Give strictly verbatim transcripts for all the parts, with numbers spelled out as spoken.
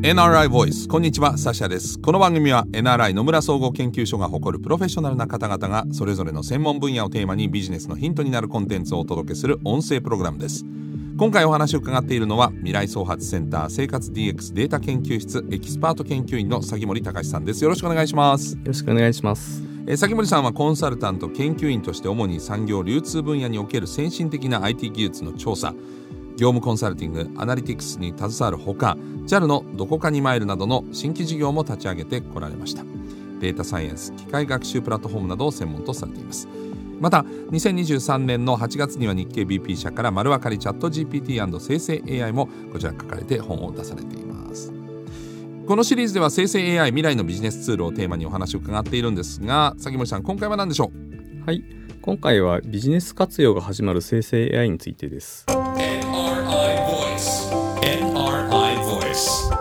エヌアールアイ ボイス。こんにちは、サシャです。この番組は エヌアールアイ 野村総合研究所が誇るプロフェッショナルな方々がそれぞれの専門分野をテーマにビジネスのヒントになるコンテンツをお届けする音声プログラムです。今回お話を伺っているのは未来創発センター生活 ディーエックス データ研究室エキスパート研究員の鷺森隆さんです。よろしくお願いします。 よろしくお願いします。 え鷺森さんはコンサルタント研究員として主に産業流通分野における先進的な アイティー 技術の調査、業務コンサルティング、アナリティクスに携わるほか ジャル のどこかにマイルなどの新規事業も立ち上げてこられました。データサイエンス、機械学習プラットフォームなどを専門とされています。またにせんにじゅうさんねんのはちがつには日経 ビーピー 社から丸分かりチャット ジーピーティー& 生成 エーアイ もこちら書かれて本を出されています。このシリーズでは生成 エーアイ 未来のビジネスツールをテーマにお話を伺っているんですが、鷺森さん、今回は何でしょう？ はい、今回はビジネス活用が始まる生成 エーアイ についてです。 エヌアールアイ Voice エヌアールアイ Voice。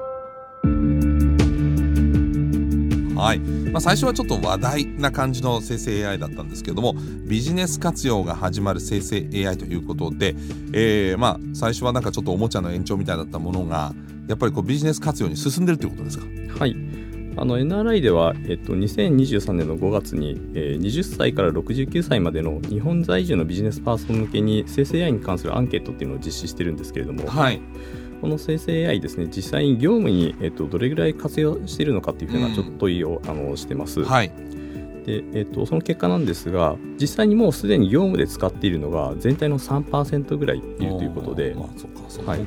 はい、まあ、最初はちょっと話題な感じの生成 エーアイ だったんですけれども、ビジネス活用が始まる生成 エーアイ ということで、えー、まあ最初はなんかちょっとおもちゃの延長みたいだったものがやっぱりこうビジネス活用に進んでるということですか？ はい、あの エヌアールアイ では、えっと、にせんにじゅうさんねんのごがつに、えー、はたちからろくじゅうきゅうさいまでの日本在住のビジネスパーソン向けに生成 エーアイ に関するアンケートっていうのを実施してるんですけれども、 はい、 この生成 エーアイ ですね、実際に業務に、えっと、どれぐらい活用しているのかっていうふうなちょっと問いを、うん、あのしてます。 はい、 でえっと、その結果なんですが、実際にもうすでに業務で使っているのが全体の さんパーセント ぐらいいるということで、 まあ、そうかそうか、 はい、 うん、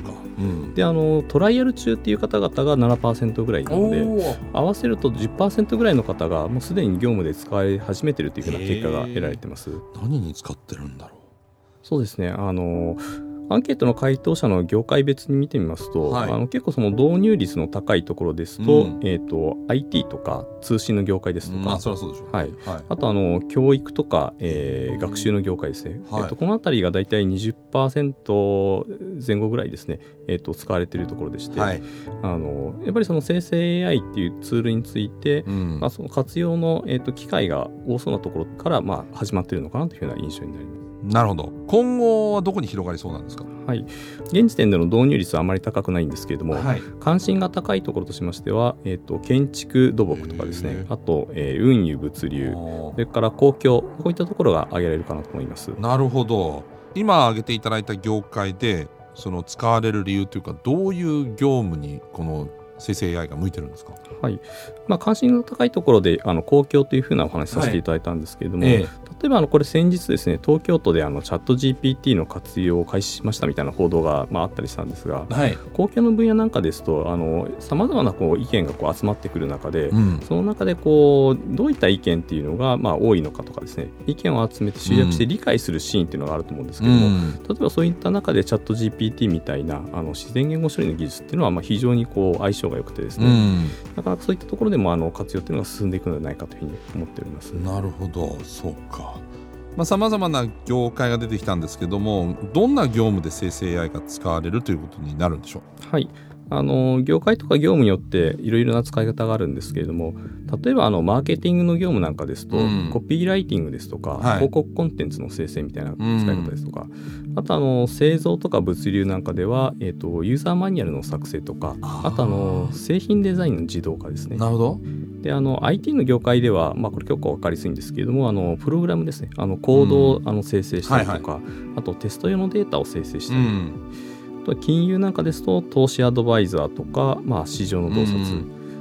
であのトライアル中っていう方々が ななパーセント ぐらいなので、合わせると じゅっパーセント ぐらいの方がもうすでに業務で使い始めているというふうな結果が得られています。 何に使ってるんだろう？ そうですね、あのアンケートの回答者の業界別に見てみますと、はい、あの結構その導入率の高いところですと、うん、えーと、アイティー とか通信の業界ですとか、 まあ、そりゃそうでしょう、 はいはい、あとあの教育とか、えー、学習の業界ですね、はい、えーとこのあたりがだいたい にじゅっパーセント 前後ぐらいですね、えーと使われているところでして、はい、あのやっぱりその生成 エーアイ っていうツールについて、うんまあ、その活用の、えーと機会が多そうなところから、まあ、始まっているのかなというふうな印象になります。 なるほど。今後はどこに広がりそうなんですか？ はい、現時点での導入率はあまり高くないんですけれども、はい、関心が高いところとしましては、えーと、建築土木とかですね、あと、えー、運輸物流、それから公共、こういったところが挙げられるかなと思います。なるほど。 今挙げていただいた業界でその使われる理由というか、どういう業務にこの生成 エーアイ が向いてるんですか？ はい、まあ、関心の高いところであの公共というふうなお話させていただいたんですけれども、はいええ、例えばあのこれ先日ですね、東京都であのチャット ジーピーティー の活用を開始しましたみたいな報道が、まあ、あったりしたんですが、はい、公共の分野なんかですとさまざまなこう意見がこう集まってくる中で、うん、その中でこうどういった意見っていうのがまあ多いのかとかですね、意見を集めて集約して理解するシーンっていうのがあると思うんですけれども、うん、例えばそういった中でチャット ジーピーティー みたいなあの自然言語処理の技術っていうのはまあ非常にこう相性が良くてですね、うん、なかなかそういったところでもあの活用というのが進んでいくのではないかというふうに思っております。 なるほど、そうか。さまざ、まな業界が出てきたんですけども、どんな業務で生成 エーアイ が使われるということになるんでしょう？ はい、あの業界とか業務によっていろいろな使い方があるんですけれども、例えばあのマーケティングの業務なんかですと、うん、コピーライティングですとか、はい、広告コンテンツの生成みたいな使い方ですとか、うん、あとあの製造とか物流なんかでは、えーと、ユーザーマニュアルの作成とか、あ, あとあの製品デザインの自動化ですね。 なるほど。 であの アイティー の業界では、まあ、これ結構分かりやすいんですけれども、あのプログラムですね、あのコードを、うん、あの生成したりとか、はいはい、あとテスト用のデータを生成したり、うん、あと金融なんかですと投資アドバイザーとか、まあ、市場の洞察、うん、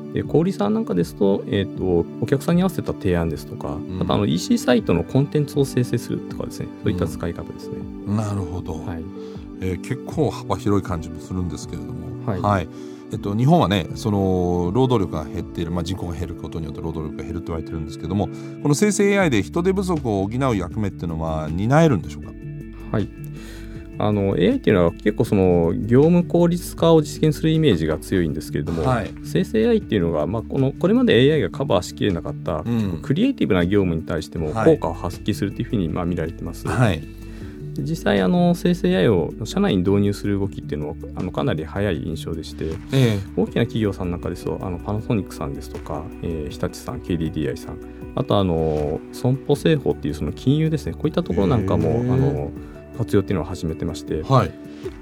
で小売さんなんかですと、えーと、お客さんに合わせた提案ですとか、うん、あとあの イーシー サイトのコンテンツを生成するとかですね、そういった使い方ですね。 うん、なるほど、はいえー、結構幅広い感じもするんですけれども、はいはいえっと、日本はね、その労働力が減っている、まあ、人口が減ることによって労働力が減ると言われてるんですけども、この生成 エーアイ で人手不足を補う役目っていうのは担えるんでしょうか？ はい、あの エーアイ っていうのは結構その業務効率化を実現するイメージが強いんですけれども、はい、生成 エーアイ っていうのが、まあ、このこれまで エーアイ がカバーしきれなかった、うん、クリエイティブな業務に対しても効果を発揮するというふうにまあ見られています。はい、実際あの生成 エーアイ を社内に導入する動きっていうのはあのかなり早い印象でして、えー、大きな企業さんなんかですとあのパナソニックさんですとか、えー、日立さん ケーディーディーアイ さん、あとあの損保製法っていうその金融ですね、こういったところなんかもあの活用っていうのを始めてまして、はい、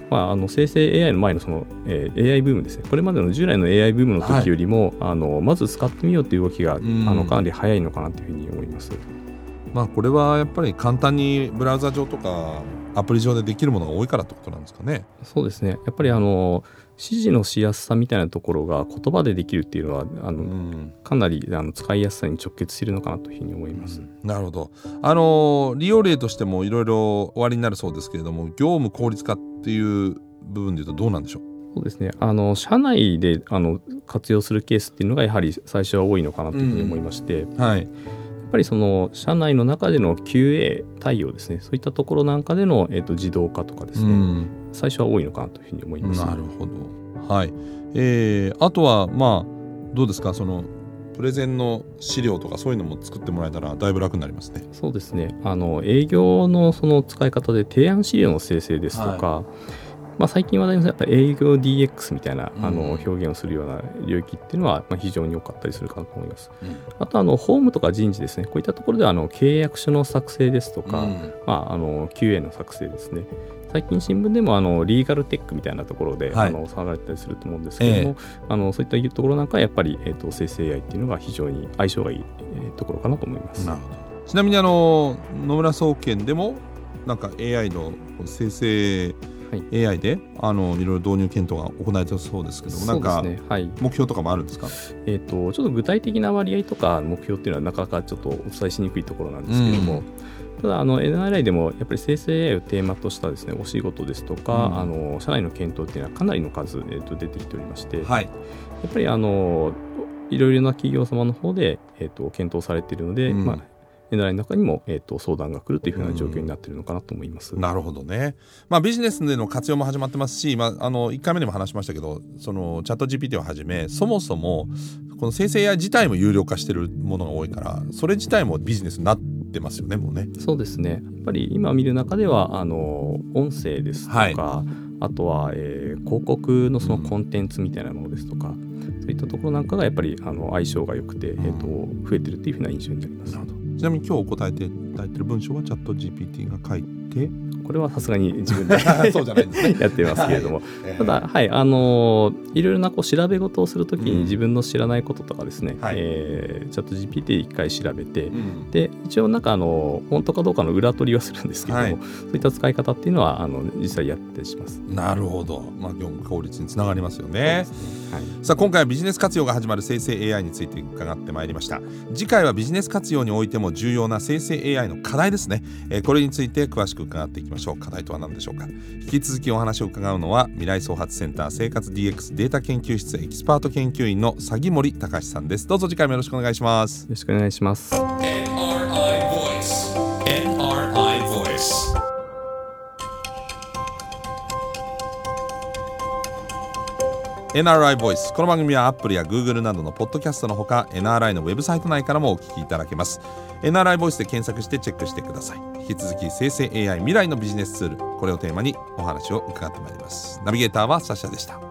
まあ、あの生成 エーアイ の前のその、えー、エーアイ ブームですね。これまでの従来の エーアイ ブームの時よりも、はい、あのまず使ってみようという動きが、うん、あのかなり早いのかなというふうに思います。 まあ、これはやっぱり簡単にブラウザ上とかアプリ上でできるものが多いからってことなんですかね。 そうですね。やっぱりあの指示のしやすさみたいなところが言葉でできるっていうのはあの、うん、かなりあの使いやすさに直結しているのかなというふうに思います。うん、 なるほど。あの利用例としてもいろいろおありになるそうですけれども、業務効率化っていう部分でいうとどうなんでしょう。 そうですね。あの社内であの活用するケースっていうのがやはり最初は多いのかなというふうに思いまして、うん、はい。やっぱりその社内の中での キューエー 対応ですね、そういったところなんかでの、えー、と自動化とかですね、うん、最初は多いのかなというふうに思います。 なるほど。はい。えー、あとはまあどうですか、そのプレゼンの資料とかそういうのも作ってもらえたらだいぶ楽になりますね。 そうですね。あの営業のその使い方で提案資料の生成ですとか、はい、まあ、最近話題のやっぱ営業 ディーエックス みたいな、うん、あの表現をするような領域っていうのは、まあ、非常に多かったりするかなと思います。うん、あとあの法務とか人事ですね、こういったところではあの契約書の作成ですとか、うん、まあ、あの キューエー の作成ですね。最近新聞でもあのリーガルテックみたいなところで、はい、あの騒がれたりすると思うんですけども、えー、あのそういったところなんかはやっぱり、えー、と生成 エーアイ っていうのが非常に相性がいい、えー、ところかなと思います。 なるほど。ちなみにあの野村総研でもなんか エーアイ の生成はい、エーアイ であのいろいろ導入検討が行われているそうですけども、なんか目標とかもあるんですか。 えーと、ちょっと具体的な割合とか目標っていうのはなかなかちょっとお伝えしにくいところなんですけども、うん、ただあの エヌアールアイ でもやっぱり生成 エーアイ をテーマとしたですねお仕事ですとか、うん、あの社内の検討っていうのはかなりの数、えー、と出てきておりまして、はい、やっぱりあのいろいろな企業様の方で、えー、と検討されているので、うん、まあエヌアールアイ の中にも、えー、と相談が来るというふうな状況になっているのかなと思います。 うん、なるほどね。まあ、ビジネスでの活用も始まってますし、まあ、あのいっかいめでも話しましたけど、そのチャット ジーピーティー をはじめそもそもこの生成 エーアイ 自体も有料化しているものが多いから、それ自体もビジネスになってますよね、もうね。 そうですね。やっぱり今見る中ではあの音声ですとか、はい、あとは、えー、広告のそのコンテンツみたいなものですとか、うん、そういったところなんかがやっぱりあの相性が良くて、うん、えー、と増えてるというふうな印象になります。 なるほど。ちなみに今日答えていただいている文章はチャット ジーピーティー が書いて、 これはさすがに自分でそうじゃないんですねやってますけれども、はい、ただ、はい、あのいろいろなこう調べ事をするときに自分の知らないこととかですね、うん、えー、チャット ジーピーティー 一回調べて、うん、で一応なんかあの本当かどうかの裏取りはするんですけども、はい、そういった使い方っていうのはあの実際やってします。 なるほど。まあ、業務効率につながりますよね。はい、さあ今回はビジネス活用が始まる生成 エーアイ について伺ってまいりました。次回はビジネス活用においても重要な生成 エーアイ の課題ですね、えー、これについて詳しく伺っていきましょう。課題とは何でしょうか。引き続きお話を伺うのは未来創発センター生活 ディーエックス データ研究室エキスパート研究員の鷺森隆さんです。どうぞ次回もよろしくお願いします。 よろしくお願いします。 エヌアールアイ Voice エヌアールアイ Voice エヌアールアイ ボイス。この番組は Apple や Google などのポッドキャストのほか エヌアールアイ のウェブサイト内からもお聞きいただけます。 エヌアールアイ ボイスで検索してチェックしてください。引き続き生成 エーアイ 未来のビジネスツール、これをテーマにお話を伺ってまいります。ナビゲーターはサッシャでした。